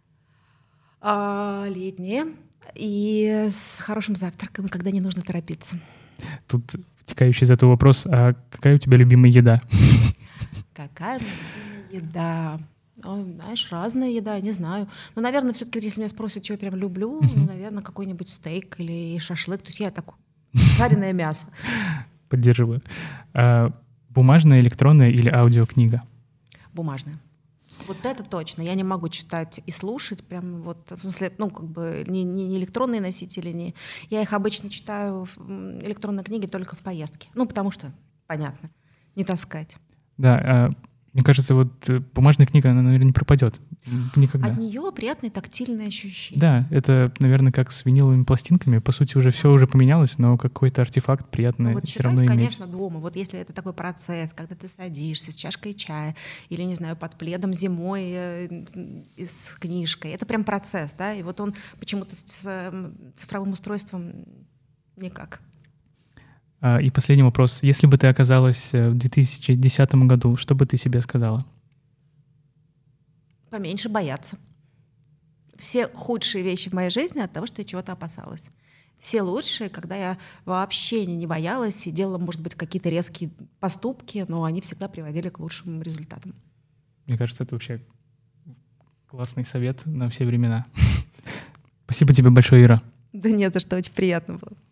Летнее и с хорошим завтраком, когда не нужно торопиться. Тут вытекающий из этого вопрос, а какая у тебя любимая еда? Какая любимая еда? Знаешь, разная еда, не знаю. Но, наверное, все-таки, вот если меня спросят, что я прям люблю, наверное, какой-нибудь стейк или шашлык. То есть я такой, жареное мясо. Поддерживаю. Бумажная, электронная или аудиокнига? Бумажная. Вот это точно. Я не могу читать и слушать, прям вот, в смысле, ну, как бы не электронные носители, не... Я их обычно читаю электронные книги только в поездке. Ну, потому что, понятно, не таскать. Да, мне кажется, вот бумажная книга, она, наверное, не пропадет никогда. От нее приятные тактильные ощущения. Да, это, наверное, как с виниловыми пластинками. По сути, уже все уже поменялось, но какой-то артефакт приятный вот все равно иметь. Конечно, дома. Вот если это такой процесс, когда ты садишься с чашкой чая или, не знаю, под пледом зимой с книжкой, это прям процесс, да, и вот он почему-то с цифровым устройством никак. И последний вопрос. Если бы ты оказалась в 2010 году, что бы ты себе сказала? Поменьше бояться. Все худшие вещи в моей жизни от того, что я чего-то опасалась. Все лучшие, когда я вообще не боялась и делала, может быть, какие-то резкие поступки, но они всегда приводили к лучшим результатам. Мне кажется, это вообще классный совет на все времена. Спасибо тебе большое, Ира. Да нет, за что, очень приятно было.